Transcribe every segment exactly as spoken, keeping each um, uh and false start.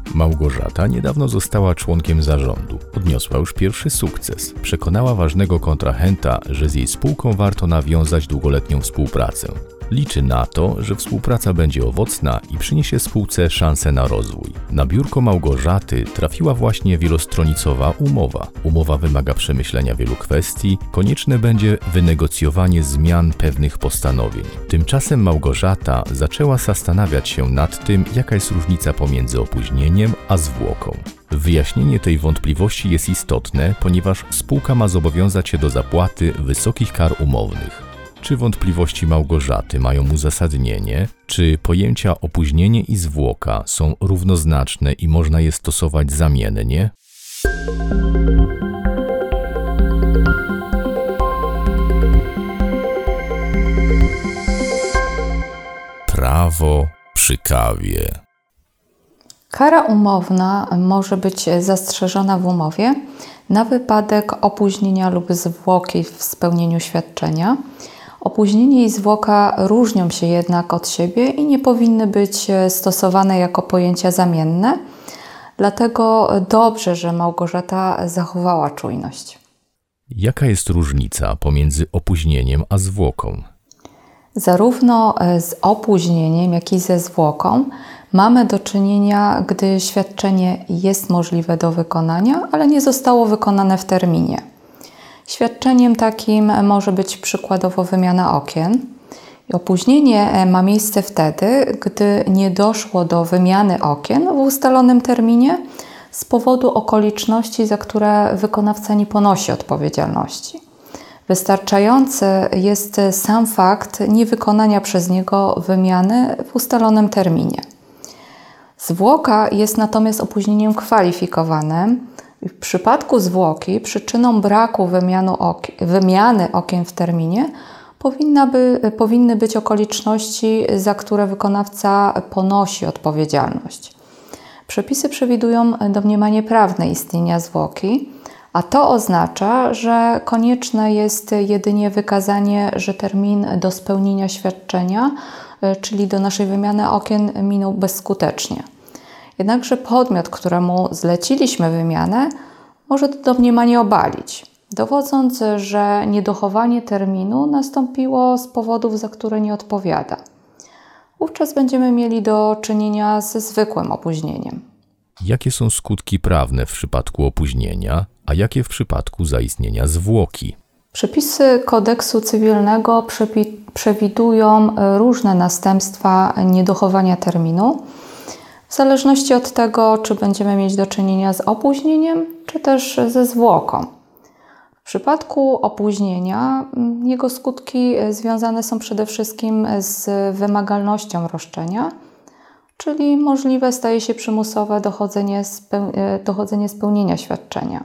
Małgorzata niedawno została członkiem zarządu. Odniosła już pierwszy sukces. Przekonała ważnego kontrahenta, że z jej spółką warto nawiązać długoletnią współpracę. Liczy na to, że współpraca będzie owocna i przyniesie spółce szansę na rozwój. Na biurko Małgorzaty trafiła właśnie wielostronicowa umowa. Umowa wymaga przemyślenia wielu kwestii, konieczne będzie wynegocjowanie zmian pewnych postanowień. Tymczasem Małgorzata zaczęła zastanawiać się nad tym, jaka jest różnica pomiędzy opóźnieniem a zwłoką. Wyjaśnienie tej wątpliwości jest istotne, ponieważ spółka ma zobowiązać się do zapłaty wysokich kar umownych. Czy wątpliwości Małgorzaty mają uzasadnienie? Czy pojęcia opóźnienie i zwłoka są równoznaczne i można je stosować zamiennie? Prawo przy kawie. Kara umowna może być zastrzeżona w umowie na wypadek opóźnienia lub zwłoki w spełnieniu świadczenia. Opóźnienie i zwłoka różnią się jednak od siebie i nie powinny być stosowane jako pojęcia zamienne. Dlatego dobrze, że Małgorzata zachowała czujność. Jaka jest różnica pomiędzy opóźnieniem a zwłoką? Zarówno z opóźnieniem, jak i ze zwłoką mamy do czynienia, gdy świadczenie jest możliwe do wykonania, ale nie zostało wykonane w terminie. Świadczeniem takim może być przykładowo wymiana okien. I opóźnienie ma miejsce wtedy, gdy nie doszło do wymiany okien w ustalonym terminie z powodu okoliczności, za które wykonawca nie ponosi odpowiedzialności. Wystarczający jest sam fakt niewykonania przez niego wymiany w ustalonym terminie. Zwłoka jest natomiast opóźnieniem kwalifikowanym. W przypadku zwłoki przyczyną braku okien, wymiany okien w terminie powinna by, powinny być okoliczności, za które wykonawca ponosi odpowiedzialność. Przepisy przewidują domniemanie prawne istnienia zwłoki, a to oznacza, że konieczne jest jedynie wykazanie, że termin do spełnienia świadczenia, czyli do naszej wymiany okien, minął bezskutecznie. Jednakże podmiot, któremu zleciliśmy wymianę, może to domniemanie obalić, dowodząc, że niedochowanie terminu nastąpiło z powodów, za które nie odpowiada. Wówczas będziemy mieli do czynienia ze zwykłym opóźnieniem. Jakie są skutki prawne w przypadku opóźnienia, a jakie w przypadku zaistnienia zwłoki? Przepisy kodeksu cywilnego przewidują różne następstwa niedochowania terminu, w zależności od tego, czy będziemy mieć do czynienia z opóźnieniem, czy też ze zwłoką. W przypadku opóźnienia jego skutki związane są przede wszystkim z wymagalnością roszczenia, czyli możliwe staje się przymusowe dochodzenie, speł- dochodzenie spełnienia świadczenia.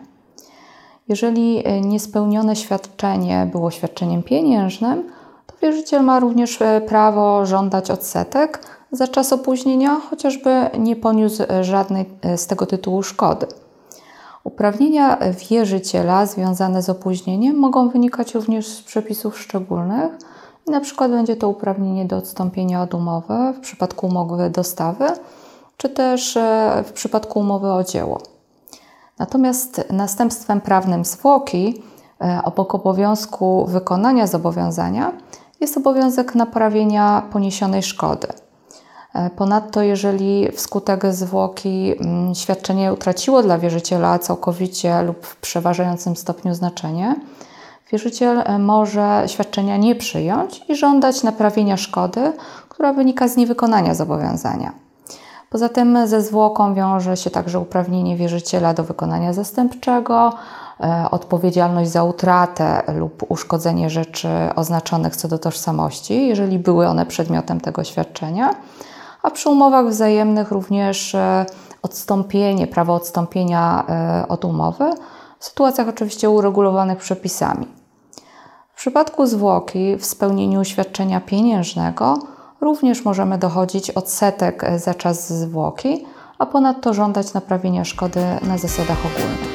Jeżeli niespełnione świadczenie było świadczeniem pieniężnym, to wierzyciel ma również prawo żądać odsetek za czas opóźnienia, chociażby nie poniósł żadnej z tego tytułu szkody. Uprawnienia wierzyciela związane z opóźnieniem mogą wynikać również z przepisów szczególnych. Na przykład będzie to uprawnienie do odstąpienia od umowy w przypadku umowy dostawy, czy też w przypadku umowy o dzieło. Natomiast następstwem prawnym zwłoki, obok obowiązku wykonania zobowiązania, jest obowiązek naprawienia poniesionej szkody. Ponadto, jeżeli wskutek zwłoki świadczenie utraciło dla wierzyciela całkowicie lub w przeważającym stopniu znaczenie, wierzyciel może świadczenia nie przyjąć i żądać naprawienia szkody, która wynika z niewykonania zobowiązania. Poza tym ze zwłoką wiąże się także uprawnienie wierzyciela do wykonania zastępczego, odpowiedzialność za utratę lub uszkodzenie rzeczy oznaczonych co do tożsamości, jeżeli były one przedmiotem tego świadczenia, a przy umowach wzajemnych również odstąpienie, prawo odstąpienia od umowy, w sytuacjach oczywiście uregulowanych przepisami. W przypadku zwłoki w spełnieniu świadczenia pieniężnego również możemy dochodzić odsetek za czas zwłoki, a ponadto żądać naprawienia szkody na zasadach ogólnych.